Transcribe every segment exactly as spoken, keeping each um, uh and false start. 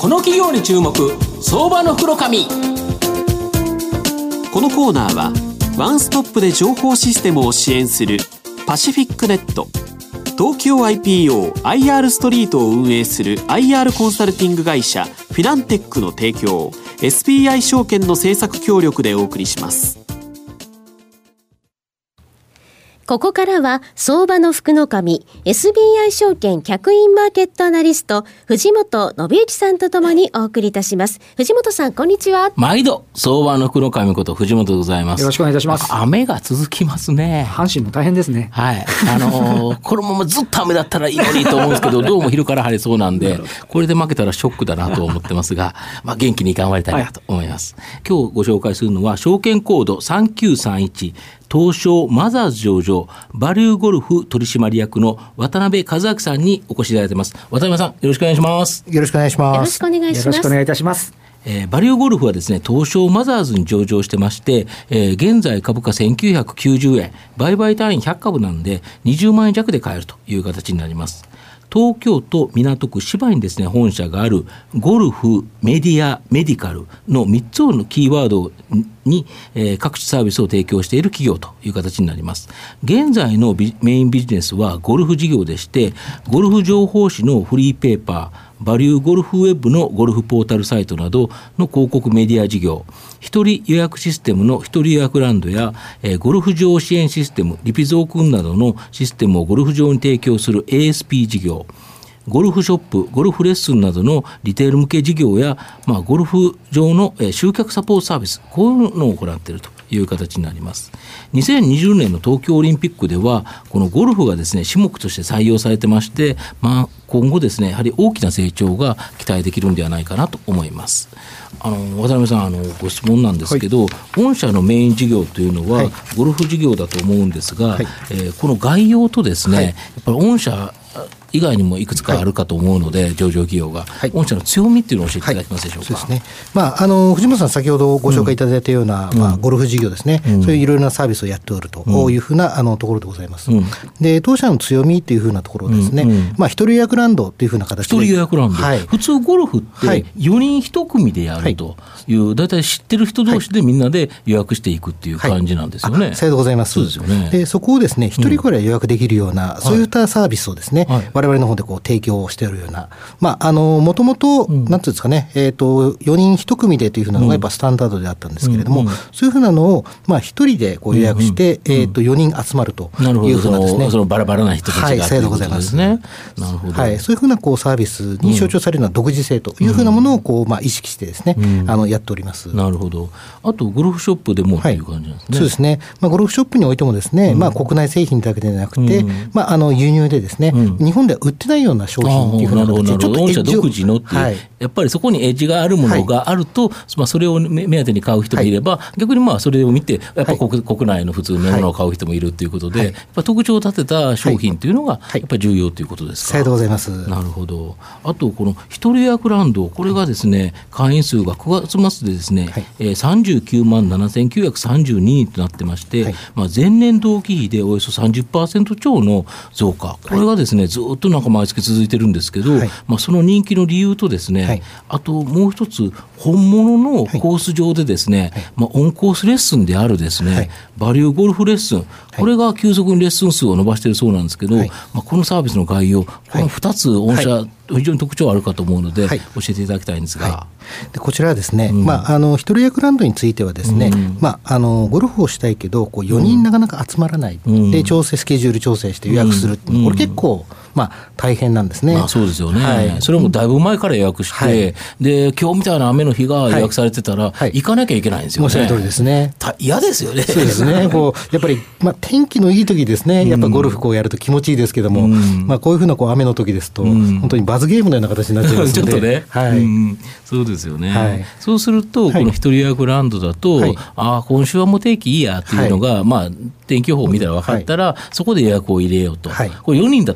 この企業に注目、相場の袋紙。 このコーナーはワンストップで情報システムを支援するパシフィックネット、東京 アイピーオー アイアール ストリートを運営する アイアール コンサルティング会社フィナンテックの提供、 エスビーアイ 証券の政策協力でお送りします。 ここからは相場の福の神 エスビーアイ 証券客員マーケットアナリスト藤本信之さんとともにお送りいたします。藤本さん、こんにちは。 毎度相場の福の神こと藤本でございます。 よろしくお願いいたします。 雨が続きますね。 阪神も大変ですね。 はい、あのー、このままずっと雨だったらいいのにと思うんですけどどうも昼から晴れそうなんでこれで負けたらショックだなと思ってますが、まあ、元気に頑張りたいなと思います、はい、今日ご紹介するのは証券コードさんきゅうさんいち東証マザーズ上場バリューゴルフ取締役の渡辺和明さんにお越しいただいています。渡辺さん、よろしくお願いします。 よろしくお願いします。 よろしくお願いします。 よろしくお願いいたします。 えー、バリューゴルフはですね、東証マザーズに上場してまして、えー、現在株価せんきゅうひゃくきゅうじゅうえん、売買単位ひゃっかぶなんでにじゅうまんえん弱で買えるという形になります。東京都港区芝にですね、本社があるゴルフ、メディア、メディカルのみっつのキーワードに、えー、各種サービスを提供している企業という形になります。現在のビメインビジネスはゴルフ事業でして、ゴルフ情報誌のフリーペーパー、バリューゴルフウェブのゴルフポータルサイトなどの広告メディア事業、一人予約システムの一人予約ランドや、えー、ゴルフ場支援システムリピゾー君などのシステムをゴルフ場に提供する エーエスピー 事業、ゴルフショップ、ゴルフレッスンなどのリテール向け事業や、まあ、ゴルフ場の、えー、集客サポートサービス、こういうのを行っているという形になります。にせんにじゅうねんの東京オリンピックではこのゴルフがですね、種目として採用されてまして、まあ、今後ですね、やはり大きな成長が期待できるんではないかなと思います。あの渡辺さん、あのご質問なんですけど、はい、本社のメイン事業というのは、はい、ゴルフ事業だと思うんですが、はい、えー、この概要とですね、はい、やっぱり御社以外にもいくつかあるかと思うので、はい、上場企業が、はい、御社の強みっていうのを教えていただけますでしょうか。 はい、そうですね、まあ、あの藤本さん先ほどご紹介いただいたような、うん、まあ、ゴルフ事業ですね、うん、そういういろいろなサービスをやっておるというふうな、うん、あのところでございます、うん、で当社の強みというふうなところですね、うんうん、まあ、一人予約ランドというふうな形で、 一人予約ランド、はい、普通ゴルフってよにんいち組でやるという、だいたい知ってる人同士でみんなで予約していくっていう感じなんですよね。 はい、さようでございます。 そうですよね。 でそこをですね、一人くらい予約できるような、うん、そういったサービスをですね、はい、我々の方でこう提供しているような、まあ、あのもともとなんていうんですかね、えー、とよにんいち組でというふうなのがやっぱスタンダードであったんですけれども、うんうん、そういうふうなのをまあ一人でこう予約して、うんうん、えー、とよにん集まるというふうなですね、 その、そのバラバラな人たちが、はい、ということですね。なるほど、 はい、そういうふうなこうサービスに象徴されるような独自性というふうなものをこう、まあ、意識してですね、うん、あのやっております。 なるほど。あとゴルフショップでもという感じなんですね。 はい、そうですね、まあ、ゴルフショップにおいてもですね、うん、まあ、国内製品だけでなくて、うん、まあ、あの輸入でですね、うん、日本では売ってないような商品というふうな形でちょっと御社独自のっていう、はい、やっぱりそこにエッジがあるものがあると、はい、まあ、それを目当てに買う人もいれば、はい、逆にまあそれを見てやっぱ 国,、はい、国内の普通のものを買う人もいるということで、はい、やっぱ特徴を立てた商品というのがやっぱり重要ということですか。 さようでございます。 なるほど。あとこの一人予約ランド、これがですね、会員数がくがつ末でですね、はい、えー、さんじゅうきゅうまんななせんきゅうひゃくさんじゅうににんとなってまして、はい、まあ、前年同期比でおよそ さんじゅっパーセント 超の増加、これがですね、ずっとなんか毎月続いてるんですけど、はい、まあ、その人気の理由とですね、はい、あともう一つ、本物のコース上でですね、はい、まあ、オンコースレッスンであるですね、はい、バリューゴルフレッスン、これが急速にレッスン数を伸ばしているそうなんですけど、はい、まあ、このサービスの概要、このふたつ御社、はい、非常に特徴あるかと思うので、はい、教えていただきたいんですが、 はい、でこちらはですね、うん、まあ、あの一人予約ランドについてはですね、うん、まあ、あのゴルフをしたいけどこうよにんなかなか集まらない、うん、で調整スケジュール調整して予約するって、うん、これ結構、まあ、大変なんですね。 まあ、そうですよね、はい、それもだいぶ前から予約して、はい、で今日みたいな雨の日が予約されてたら、はいはい、行かなきゃいけないんですよね。 おっしゃる通りですね。 嫌ですよね。 そうですね。こうやっぱり、まあ、天気のいい時ですね、やっぱゴルフこうやると気持ちいいですけども、うん、まあ、こういうふうなこう雨の時ですと、うん、本当に罰ゲームのような形になっちゃいますのでちょっとね、はい、うん、そうですよね、はい、そうすると、この一人予約ランドだと、はい、ああ今週はもう定期いいやっていうのが、はい、まあ、天気予報を見たら分かったら、はい、そこで予約を入れようと、はい、これよにんだと入ら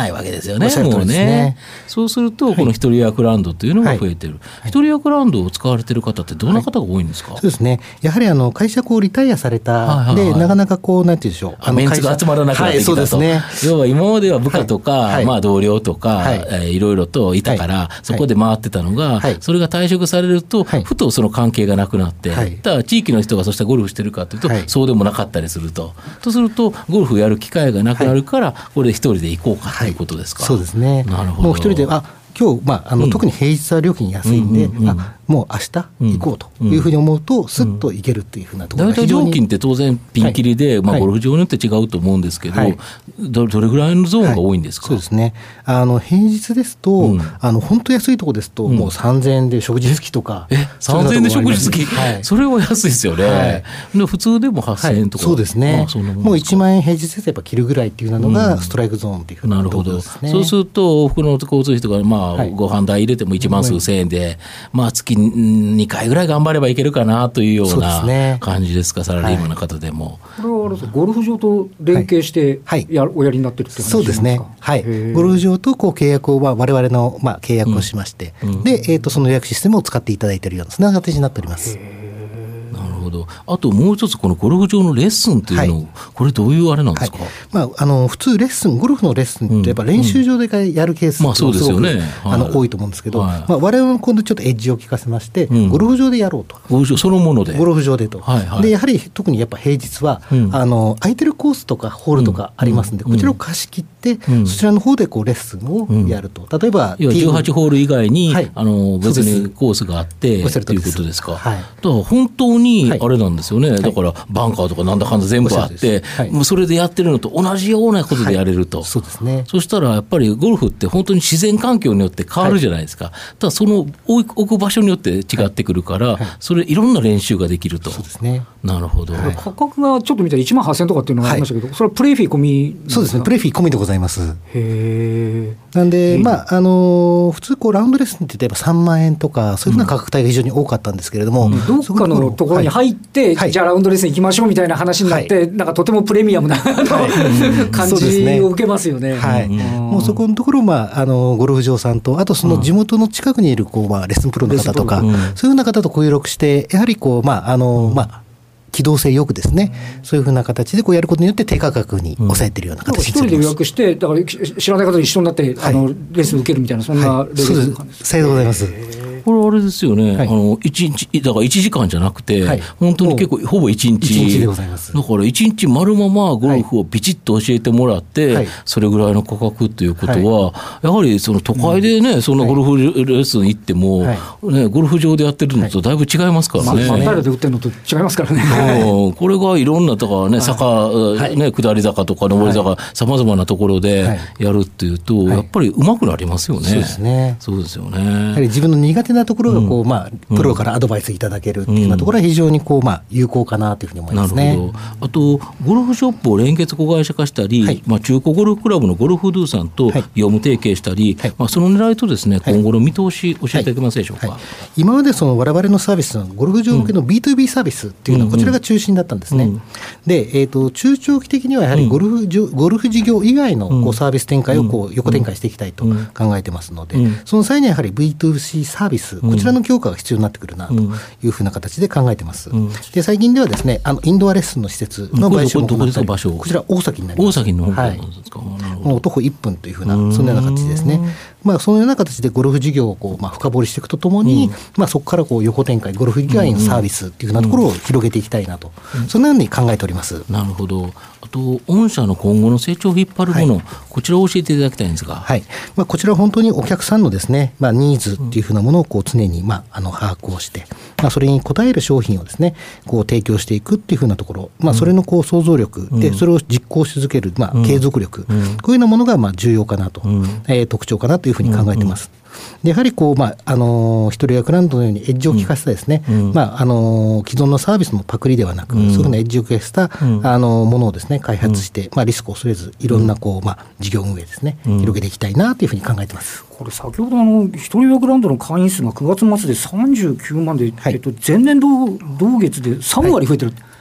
ないわけですよね。 おっしゃる通りですね。 もうね、そうするとこの一人予約ラウンドというのが増えてる、はい、一人予約ラウンドを使われてる方ってどんな方が多いんですか？ はい、そうですね、やはりあの会社こうリタイアされた、はいはいはい、でなかなかこうなんていうんでしょう、 あのメンツが集まらなくなってきたと、はい、そうですね、要は今までは部下とか、はいはい、まあ、同僚とか、はい、えー、いろいろといたから、はい、そこで回ってたのが、はい、それが退職されると、はい、ふとその関係がなくなって、はい、だから地域の人がそしてゴルフしてるかというと、はい、そうでもなかったりすると、とするとゴルフやる機会がなくなるから、はい、これで一人で行こうかということですか？ はい、そうですね。なるほど。もう一人で、あ、今日、まあ、あの、うん、特に平日は料金安いんで、うんうんうん、あ、もう明日行こうというふうに思うと、うん、すっと行けるっていうふうなところが非常に、 大体料金って当然ピンキリで、はい、まあ、ゴルフ場によって違うと思うんですけど、はい、ど, どれぐらいのゾーンが多いんですか？ はい、そうですね、あの平日ですと、うん、あの本当安いところですと、もうさんぜんえんで食事付きとか、 えさんぜんえんで食事付き、はい、それは安いですよね。はい、で普通でもはっせんえんとか、 はい、そうですね、まあ、もういちまんえん平日ですとやっぱ切るぐらいっていうのがストライクゾーンっていうふうなところですね。 なるほど。そうすると往復の交通費とか、まあ、はい、ご飯代入れてもいちまん数千円で、まあ、月にかいぐらい頑張ればいけるかなというような感じですか？サラリーマンの方でも。 これはあれですか、ゴルフ場と連携してや、はい、おやりになってるって話ですか？ そうですね、はい、ゴルフ場とこう契約を、まあ、我々の、まあ、契約をしまして、うんうん、で、えーと、その予約システムを使っていただいているようなそんな形になっております。 なるほど。あともう一つ、このゴルフ場のレッスンっていうの、はい、これどういうあれなんですか？はい、まあ、 あの普通レッスン、ゴルフのレッスンってやっぱ練習場でやるケースがすごく、うん、まあ、そうですよね、はい、あの多いと思うんですけど、はい、まあ、我々も今度ちょっとエッジを効かせまして、うん、ゴルフ場でやろうと。 ゴルフ場そのものでゴルフ場でと、はいはい、でやはり特にやっぱ平日は、うん、あの空いてるコースとかホールとかありますんで、うん、こちらを貸し切って、うん、そちらの方でこうレッスンをやると、うん、例えばじゅうはちホール以外に、はい、あの別にコースがあってということですか？はい、だから本当にあれなんですよね、はい、だからバンカーとかなんだかんだ全部あって、はい、もうそれでやってるのと同じようなことでやれると、はい、 そうですね。 そしたらやっぱりゴルフって本当に自然環境によって変わるじゃないですか、はい、ただその置く場所によって違ってくるから、はいはい、それいろんな練習ができると。 そうですね。 なるほど、はい、 価格がちょっと見たらいちまんはっせんえんとかっていうのがありましたけど、はい、それはプレイフィー込みなんですか？ そうですね、プレイフィー込みでございます。 へー。 なんで、まあ、あの普通こうラウンドレッスンって言えばさんまんえんとかそういうふうな価格帯が非常に多かったんですけれども、うん、 どっかのところに入って、はい、じゃあラウンドレッスン行きましょうみたいな話になって、はい、なんかとてもプレミアムな、はい、感じを受けますよね。 はい、もうそこのところ、まあ、あのゴルフ場さんとあとその地元の近くにいるこう、まあ、レッスンプロの方とか、うん、そういうふうな方と協力してやはりこう、まああのうんまあ機動性よくですね、うん、そういうふうな形でこうやることによって低価格に抑えているような形になります。 一人で予約してだから知らない方と一緒になって、はい、あのレッスン受けるみたいなそんなレベルの感じですか？ さようでございます。 これあれですよね、はい、あのいちにちだからいちじかんじゃなくて、はい、本当に結構ほぼいちにち、 いちにちでございます。 だからいちにち丸ままゴルフをビチッと教えてもらって、はい、それぐらいの価格ということは、はい、やはりその都会でね、うん、そのゴルフレッスン行っても、はいね、ゴルフ場でやってるのとだいぶ違いますからね。 まあ、タイルで売ってるのと違いますからね。 これがいろんなだからね、坂、はいね、下り坂とか上り坂さまざまなところでやるっていうと、はい、やっぱり上手くなりますよね。 そうですね。 そうですよね。 やはり自分の苦手なところがこう、うんまあ、プロからアドバイスいただけるっていうようなところは非常にこう、まあ、有効かなというふうに思いますね。 なるほど。あとゴルフショップを連結子会社化したり、はいまあ、中古ゴルフクラブのゴルフドゥさんと業務提携したり、はいまあ、その狙いとですね、はい、今後の見通し教えていただけますでしょうか？はいはい、 今までその我々のサービスのゴルフ場向けの ビーツービー サービスっていうのはこちらが中心だったんですね。うんうん、で、えーと、中長期的にはやはりゴルフ、うん、ゴルフ事業以外のこうサービス展開をこう横展開していきたいと考えてますので、うんうん、その際にはやはり ビーツーシー サービスこちらの強化が必要になってくるなというふうな形で考えてます。うん、で最近ではですね、あのインドアレッスンの施設の買収も行ったり、こちら大崎になります。 大崎の方なんですか？はい、もう徒歩いっぷんというふうなそのような形ですね。まあ、そのような形でゴルフ事業をこう、まあ、深掘りしていくとともに、うんまあ、そこからこう横展開ゴルフ以外のサービスというふうなところを広げていきたいなと、うん、そんなように考えております。 なるほど。あと御社の今後の成長を引っ張るもの、はい、こちらを教えていただきたいんですが、 はいまあ、こちらは本当にお客さんのですね、まあ、ニーズっていうふうなものをこう常に、まあ、あの把握をして、まあ、それに応える商品をですねこう提供していくっていうふうなところ、まあ、それのこう想像力で、うん、それを実行し続ける、まあ、継続力、うん、こういうようなものがまあ重要かなと、うんえー、特徴かなというふうに考えています。うんうんでやはりこう、まああのー、一人予約ラウンドのようにエッジを効かせたですね、うんまああのー、既存のサービスのパクリではなく、うん、そういうふうなエッジを効かせた、うん、あのー、ものをですね開発して、うんまあ、リスクを恐れずいろんなこう、まあ、事業運営ですね、うん、広げていきたいなというふうに考えています。 これ先ほどあの一人予約ラウンドの会員数がくがつ末でさんじゅうきゅうまんで、はいえっと、前年同同月でさんわり増えてる、はい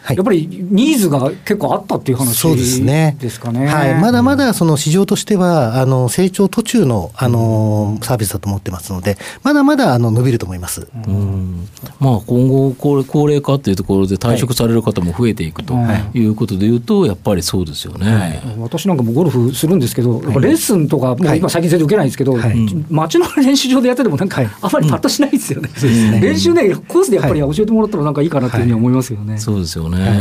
はい、やっぱりニーズが結構あったっていう話ですかね。 はい、まだまだその市場としてはあの成長途中の、あのサービスだと思ってますので、まだまだあの伸びると思います。 うん、まあ、今後高齢化というところで退職される方も増えていくということでいうと、やっぱりそうですよね。はい、 私なんかもゴルフするんですけど、レッスンとかもう今最近全然受けないんですけど、はい、街の練習場でやっててもなんかあんまりパッとしないですよね。うん、練習ね、コースでやっぱり教えてもらったらなんかいいかなというふうに思いますよね。 はい、そうですよね。はい、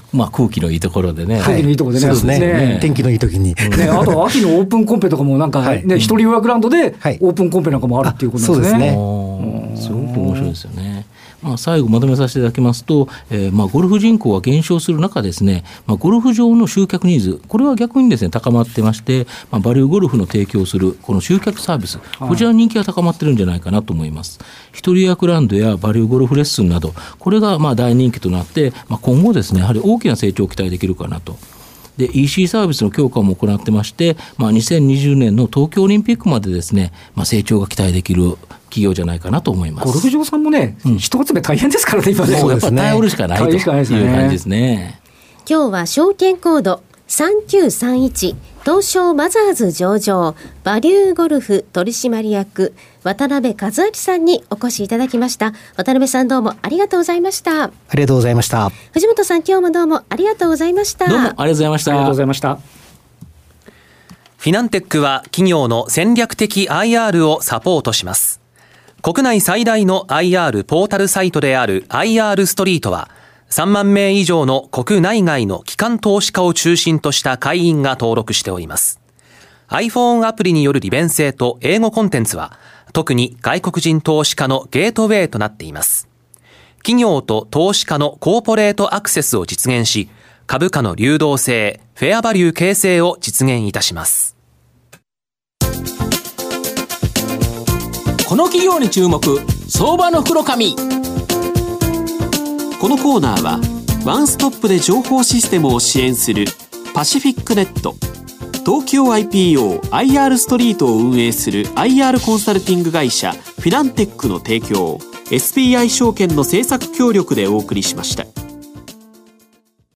まあ、空気のいいところでね。 空気のいいところでね。 そうですね。ね、天気のいい時に。 ね、あと秋のオープンコンペとかもなんかね、一人予約ラウンドでオープンコンペなんかもあるっていうことなんですね。 そうですね。すごく面白いですよね。まあ、最後まとめさせていただきますと、えー、まあゴルフ人口が減少する中ですね、まあ、ゴルフ場の集客ニーズ、これは逆にですね高まってまして、まあ、バリューゴルフの提供するこの集客サービス、こちらの人気が高まってるんじゃないかなと思います。一人予約ラウンドやバリューゴルフレッスンなど、これがまあ大人気となって、まあ、今後ですねやはり大きな成長を期待できるかなと。で イーシー サービスの強化も行ってまして、まあ、にせんにじゅうねんの東京オリンピックまでですね、まあ、成長が期待できる企業じゃないかなと思います。 ゴルフ場さんもね、うん、人集め大変ですからね今ね。 そうやっぱ頼るしかないという感じですね。 今日は証券コードさんきゅうさんいち東証マザーズ上場バリューゴルフ取締役渡辺和明さんにお越しいただきました。渡辺さん、どうもありがとうございました。 ありがとうございました。 藤本さん、今日もどうもありがとうございました。 どうもありがとうございました。 ありがとうございました。 フィナンテックは企業の戦略的 アイアール をサポートします。国内最大の アイアール ポータルサイトである アイアール ストリートはさんまんめい以上の国内外の機関投資家を中心とした会員が登録しております。 iPhone アプリによる利便性と英語コンテンツは特に外国人投資家のゲートウェイとなっています。企業と投資家のコーポレートアクセスを実現し、株価の流動性、フェアバリュー形成を実現いたします。 この企業に注目、相場の袋紙。 このコーナーはワンストップで情報システムを支援するパシフィックネット、東京 アイピーオー アイアール ストリートを運営する アイアール コンサルティング会社フィナンテックの提供、エスビーアイ 証券の政策協力でお送りしました。